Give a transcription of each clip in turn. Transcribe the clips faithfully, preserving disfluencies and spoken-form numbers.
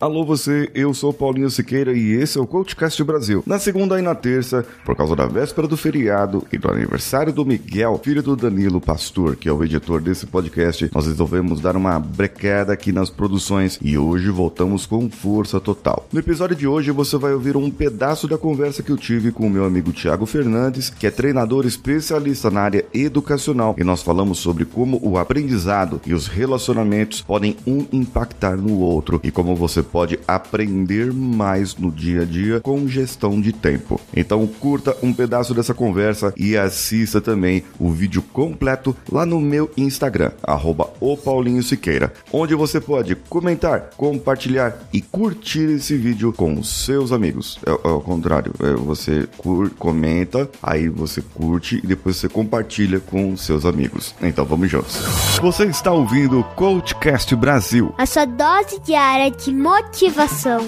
Alô você, eu sou Paulinho Siqueira e esse é o CoachCast Brasil. Na segunda e na terça, por causa da véspera do feriado e do aniversário do Miguel, filho do Danilo Pastor, que é o editor desse podcast, nós resolvemos dar uma brecada aqui nas produções e hoje voltamos com força total. No episódio de hoje você vai ouvir um pedaço da conversa que eu tive com o meu amigo Thiago Fernandes, que é treinador especialista na área educacional, e nós falamos sobre como o aprendizado e os relacionamentos podem um impactar no outro e como você pode aprender mais no dia a dia com gestão de tempo. Então curta um pedaço dessa conversa e assista também o vídeo completo lá no meu Instagram, arroba o Paulinho Siqueira, onde você pode comentar, compartilhar e curtir esse vídeo com os seus amigos. É, é ao contrário, é, você cur, comenta, aí você curte e depois você compartilha com os seus amigos. Então vamos juntos. Você está ouvindo o CoachCast Brasil, a sua dose diária de motivação.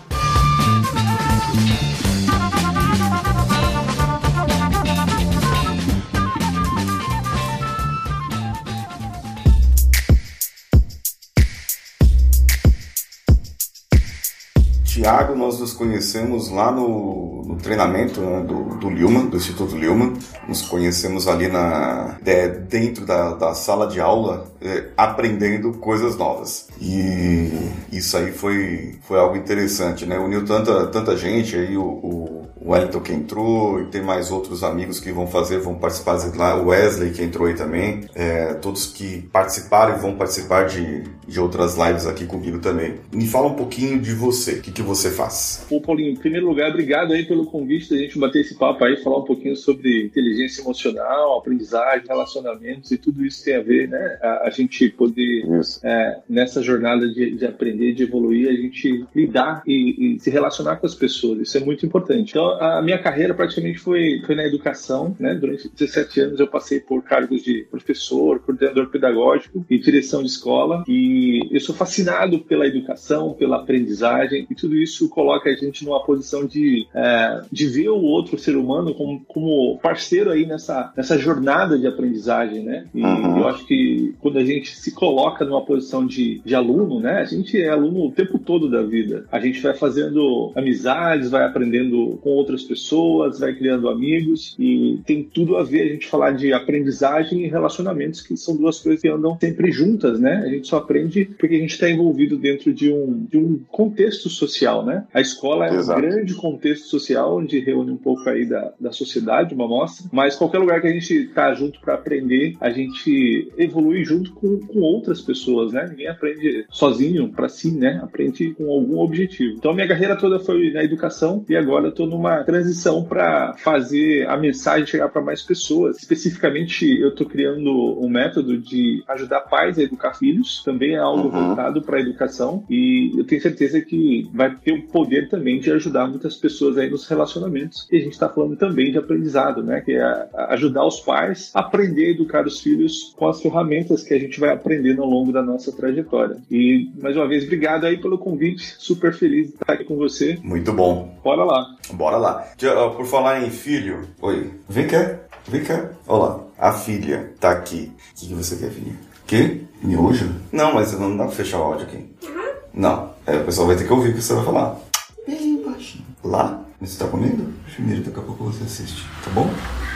Thiago, nós nos conhecemos lá no, no treinamento, né, do, do Lillman, do Instituto Lillman. Nos conhecemos ali na, é, dentro da, da sala de aula, é, aprendendo coisas novas. E isso aí foi, foi algo interessante, né? Uniu tanta, tanta gente, aí o, o o Wellington que entrou, e tem mais outros amigos que vão fazer, vão participar lá, o Wesley que entrou aí também, é, todos que participaram e vão participar de, de outras lives aqui comigo também. Me fala um pouquinho de você, o que, que você faz? Ô Paulinho, em primeiro lugar, obrigado aí pelo convite da gente bater esse papo aí, falar um pouquinho sobre inteligência emocional, aprendizagem, relacionamentos e tudo isso tem a ver, né? A, a gente poder, é, nessa jornada de, de aprender, de evoluir, a gente lidar e, e se relacionar com as pessoas, isso é muito importante. Então, a minha carreira praticamente foi, foi na educação, né? Durante dezessete anos eu passei por cargos de professor, coordenador pedagógico e direção de escola, e eu sou fascinado pela educação, pela aprendizagem, e tudo isso coloca a gente numa posição de, é, de ver o outro ser humano como, como parceiro aí nessa, nessa jornada de aprendizagem, né? E uhum. eu acho que quando a gente se coloca numa posição de, de aluno, né? A gente é aluno o tempo todo da vida. A gente vai fazendo amizades, vai aprendendo com outras pessoas, vai criando amigos, e tem tudo a ver a gente falar de aprendizagem e relacionamentos, que são duas coisas que andam sempre juntas, né? A gente só aprende porque a gente está envolvido dentro de um, de um contexto social, né? A escola é Exato. um grande contexto social onde reúne um pouco aí da, da sociedade, uma amostra, mas qualquer lugar que a gente está junto para aprender, a gente evolui junto com, com outras pessoas, né? Ninguém aprende sozinho para si, né? Aprende com algum objetivo. Então minha carreira toda foi na educação e agora eu estou numa transição para fazer a mensagem chegar para mais pessoas. Especificamente, eu estou criando um método de ajudar pais a educar filhos. Também é algo uhum. voltado para a educação, e eu tenho certeza que vai ter o poder também de ajudar muitas pessoas aí nos relacionamentos. E a gente está falando também de aprendizado, né? Que é ajudar os pais a aprender a educar os filhos com as ferramentas que a gente vai aprendendo ao longo da nossa trajetória. E, mais uma vez, obrigado aí pelo convite. Super feliz de estar aqui com você. Muito bom. Bora lá. Bora lá. Por falar em filho, oi, vem cá, vem cá, olá, a filha tá aqui. O que, que você quer, filha? Que? Miojo? Não, mas não dá pra fechar o áudio aqui. Uhum. Não, é, o pessoal vai ter que ouvir o que você vai falar. Bem baixinho. Lá? Você tá comendo? Primeiro, daqui a pouco você assiste, tá bom?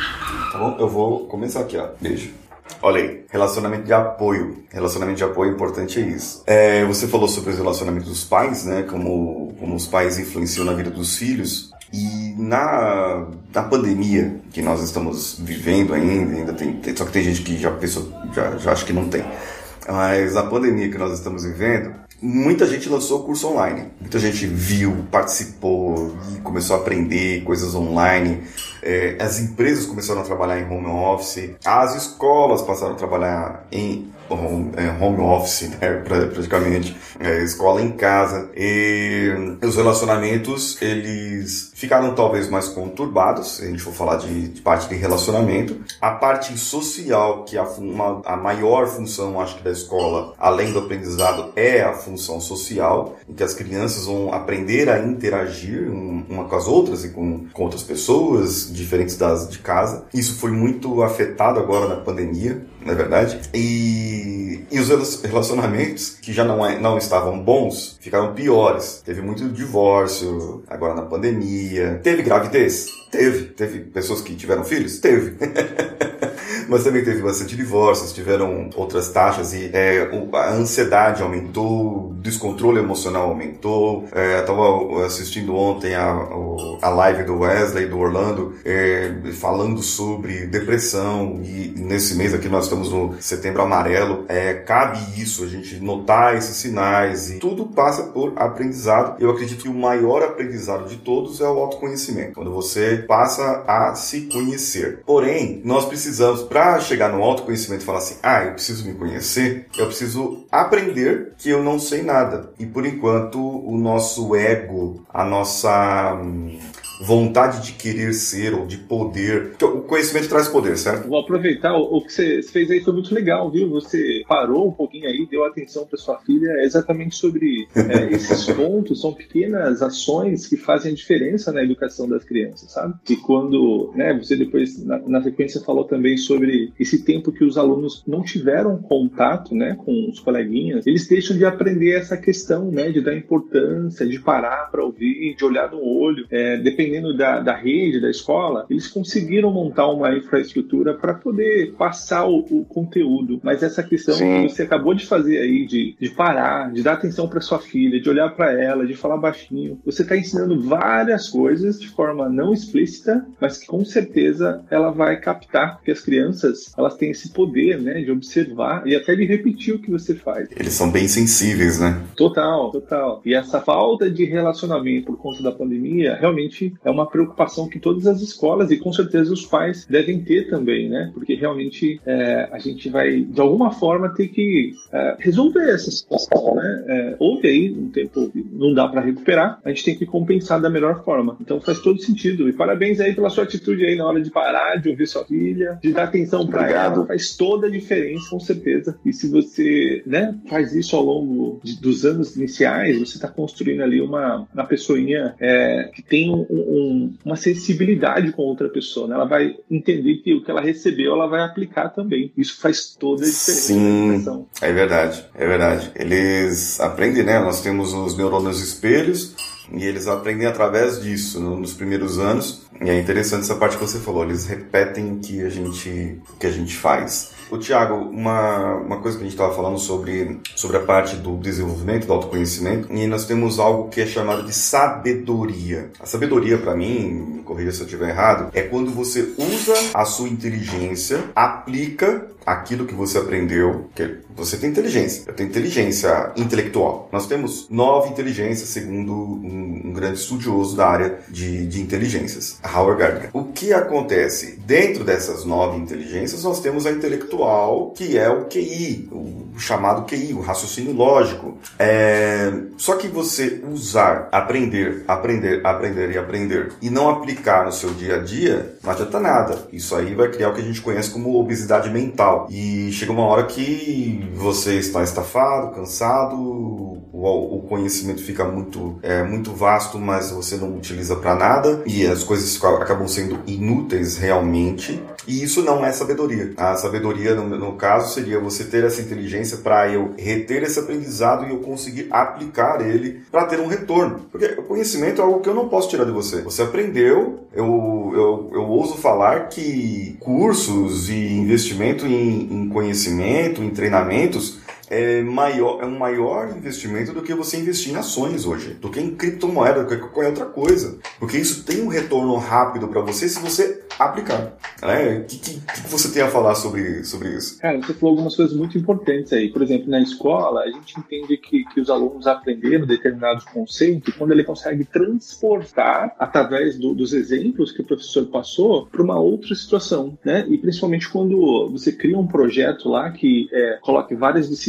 Tá bom? Eu vou começar aqui, ó. Beijo. Olha aí, relacionamento de apoio. Relacionamento de apoio importante é isso. É, você falou sobre os relacionamentos dos pais, né? Como, como os pais influenciam na vida dos filhos. E na, na pandemia que nós estamos vivendo ainda, ainda tem, tem, só que tem gente que já pensou, já, já acha que não tem. Mas a pandemia que nós estamos vivendo, muita gente lançou curso online. Muita gente viu, participou e começou a aprender coisas online. É, as empresas começaram a trabalhar em home office. As escolas passaram a trabalhar em home, home office, né, praticamente. É, escola em casa. E os relacionamentos, eles ficaram talvez mais conturbados, se a gente for falar de, de parte de relacionamento. A parte social, que é a, uma, a maior função, acho que, da escola, além do aprendizado, é a função social, em que as crianças vão aprender a interagir um, uma com as outras e com, com outras pessoas diferentes das de casa. Isso foi muito afetado agora na pandemia. não é verdade? E, e os relacionamentos que já não, é, não estavam bons ficaram piores. Teve muito divórcio agora na pandemia. Teve gravidez? Teve. Teve pessoas que tiveram filhos? Teve. Mas também teve bastante divórcios, tiveram outras taxas e é, a ansiedade aumentou, o descontrole emocional aumentou. É, estava assistindo ontem a, a live do Wesley e do Orlando é, falando sobre depressão e nesse mês aqui nós estamos no Setembro Amarelo. É, cabe isso, a gente notar esses sinais e tudo passa por aprendizado. Eu acredito que o maior aprendizado de todos é o autoconhecimento, quando você passa a se conhecer. Porém, nós precisamos, para chegar no autoconhecimento e falar assim, ah, eu preciso me conhecer, eu preciso aprender que eu não sei nada. E por enquanto, o nosso ego, a nossa hum, vontade de querer ser ou de poder, porque o conhecimento traz poder, certo? Vou aproveitar, o que você fez aí foi muito legal, viu? Você parou um pouquinho aí, deu atenção para sua filha, é exatamente sobre é, esses pontos, são pequenas ações que fazem a diferença na educação das crianças, sabe? E quando, né, você depois, na, na sequência, falou também sobre esse tempo que os alunos não tiveram contato, né, com os coleguinhas, eles deixam de aprender essa questão, né, de dar importância, de parar para ouvir, de olhar no olho, é, dependendo da, da rede, da escola, eles conseguiram montar uma infraestrutura para poder passar o, o conteúdo, mas essa questão Sim. que você acabou de fazer aí, de, de parar, de dar atenção para sua filha, de olhar para ela, de falar baixinho, você está ensinando várias coisas de forma não explícita, mas que com certeza ela vai captar, porque as crianças, elas têm esse poder, né, de observar e até de repetir o que você faz. Eles são bem sensíveis, né? Total, total. E essa falta de relacionamento por conta da pandemia, realmente é uma preocupação que todas as escolas e com certeza os pais devem ter também, né? Porque realmente é, a gente vai, de alguma forma, ter que é, resolver essa situação, né? É, houve aí um tempo que não dá para recuperar, a gente tem que compensar da melhor forma. Então faz todo sentido. E parabéns aí pela sua atitude aí na hora de parar, de ouvir sua filha, de dar atenção para ela. Faz toda a diferença, com certeza. E se você, né, faz isso ao longo de, dos anos iniciais, você está construindo ali uma, uma pessoinha é, que tem um, um, uma sensibilidade com outra pessoa, né? Ela vai entender que o que ela recebeu, ela vai aplicar também. Isso faz toda a diferença. Sim, é verdade, é verdade. Eles aprendem, né? Nós temos os neurônios espelhos, e eles aprendem através disso nos primeiros anos. E é interessante essa parte que você falou. Eles repetem o que a gente, o que a gente faz. Ô, Thiago, uma, uma coisa que a gente estava falando sobre, sobre a parte do desenvolvimento, do autoconhecimento, e nós temos algo que é chamado de sabedoria. A sabedoria, para mim, me corrija se eu estiver errado, é quando você usa a sua inteligência, aplica aquilo que você aprendeu, que você tem inteligência, eu tenho inteligência intelectual. Nós temos nove inteligências, segundo um, um grande estudioso da área de, de inteligências, Howard Gardner. O que acontece? Dentro dessas nove inteligências, nós temos a intelectual, que é o Q I, o chamado Q I, o raciocínio lógico. É... Só que você usar, aprender, aprender, aprender e aprender, e não aplicar no seu dia a dia, não adianta nada. Isso aí vai criar o que a gente conhece como obesidade mental. E chega uma hora que você está estafado, cansado, o, o conhecimento fica muito, é, muito vasto, mas você não utiliza para nada, e as coisas acabam sendo inúteis realmente. E isso não é sabedoria. A sabedoria, no, no caso, seria você ter essa inteligência para eu reter esse aprendizado e eu conseguir aplicar ele para ter um retorno. Porque o conhecimento é algo que eu não posso tirar de você. Você aprendeu, eu, eu, eu ouso falar que cursos e investimento em, em conhecimento, em treinamentos, é, maior, é um maior investimento do que você investir em ações hoje, do que em criptomoeda, do que qualquer outra coisa. Porque isso tem um retorno rápido para você se você aplicar. O que, que, que você tem a falar sobre, sobre isso? Cara, você falou algumas coisas muito importantes aí. Por exemplo, na escola, a gente entende que, que os alunos aprenderam determinados conceitos quando ele consegue transportar, através do, dos exemplos que o professor passou, para uma outra situação, né? E principalmente quando você cria um projeto lá que é, coloque várias disciplinas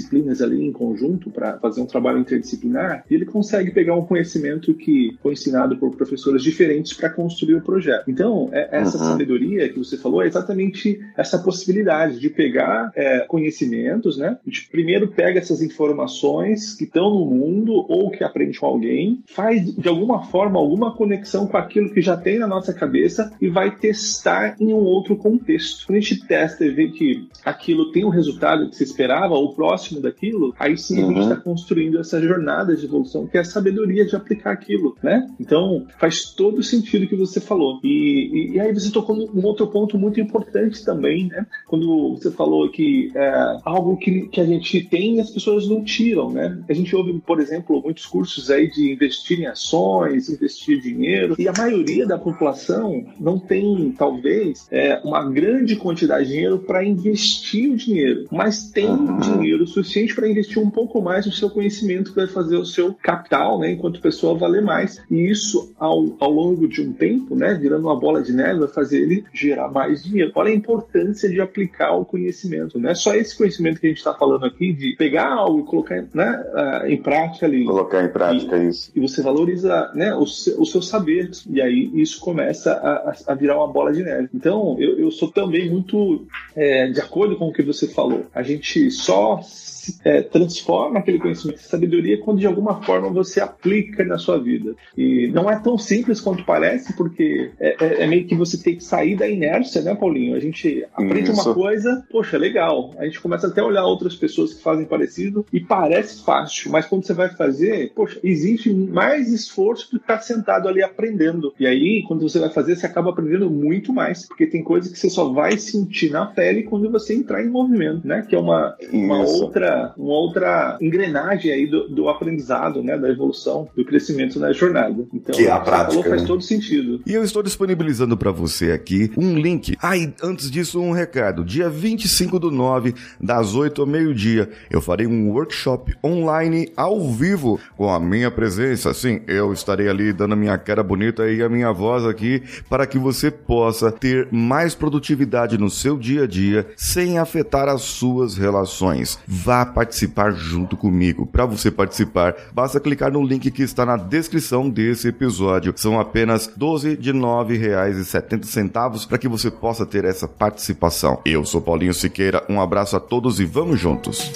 disciplinas ali em conjunto para fazer um trabalho interdisciplinar, e ele consegue pegar um conhecimento que foi ensinado por professores diferentes para construir o projeto. Então, é, essa uhum. sabedoria que você falou é exatamente essa possibilidade de pegar é, conhecimentos, né? A gente primeiro pega essas informações que estão no mundo ou que aprende com alguém, faz de alguma forma alguma conexão com aquilo que já tem na nossa cabeça e vai testar em um outro contexto. Quando a gente testa e vê que aquilo tem o resultado que se esperava, ou próximo daquilo, aí sim uhum. a gente está construindo essa jornada de evolução, que é a sabedoria de aplicar aquilo, né? Então, faz todo o sentido que você falou. E, e, e aí você tocou num outro ponto muito importante também, né? Quando você falou que é algo que, que a gente tem e as pessoas não tiram, né? A gente ouve, por exemplo, muitos cursos aí de investir em ações, investir dinheiro, e a maioria da população não tem, talvez, é, uma grande quantidade de dinheiro para investir o dinheiro, mas tem uhum. dinheiro suficiente para investir um pouco mais no seu conhecimento, que vai fazer o seu capital, né, enquanto pessoa valer mais. E isso, ao, ao longo de um tempo, né, virando uma bola de neve, vai fazer ele gerar mais dinheiro. Olha a importância de aplicar o conhecimento. Não é só esse conhecimento que a gente está falando aqui, de pegar algo e colocar, né, em prática ali. Colocar em prática e, isso. E você valoriza, né, o, seu, o seu saber. E aí isso começa a, a virar uma bola de neve. Então, eu, eu sou também muito é, de acordo com o que você falou. A gente só É, transforma aquele conhecimento em sabedoria quando de alguma forma você aplica na sua vida. E não é tão simples quanto parece, porque é, é, é meio que você tem que sair da inércia, né, Paulinho? A gente aprende Isso. uma coisa, poxa, legal. A gente começa até a olhar outras pessoas que fazem parecido e parece fácil, mas quando você vai fazer, poxa, existe mais esforço do que estar sentado ali aprendendo. E aí, quando você vai fazer, você acaba aprendendo muito mais, porque tem coisas que você só vai sentir na pele quando você entrar em movimento, né? Que é uma, uma outra uma outra engrenagem aí do, do aprendizado, né, da evolução, do crescimento na jornada. Então, que é a prática, falou, faz né? todo sentido. E eu estou disponibilizando para você aqui um link. Ah, e antes disso, um recado. Dia vinte e cinco do nove, das oito ao meio-dia, eu farei um workshop online ao vivo com a minha presença. Sim, eu estarei ali dando a minha cara bonita e a minha voz aqui para que você possa ter mais produtividade no seu dia a dia sem afetar as suas relações. Vá participar junto comigo. Para você participar, basta clicar no link que está na descrição desse episódio. São apenas doze de nove reais e setenta centavos para que você possa ter essa participação. Eu sou Paulinho Siqueira, um abraço a todos e vamos juntos!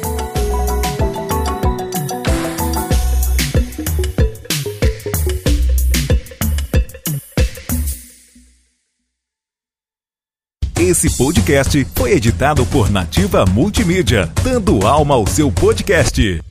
Esse podcast foi editado por Nativa Multimídia, dando alma ao seu podcast.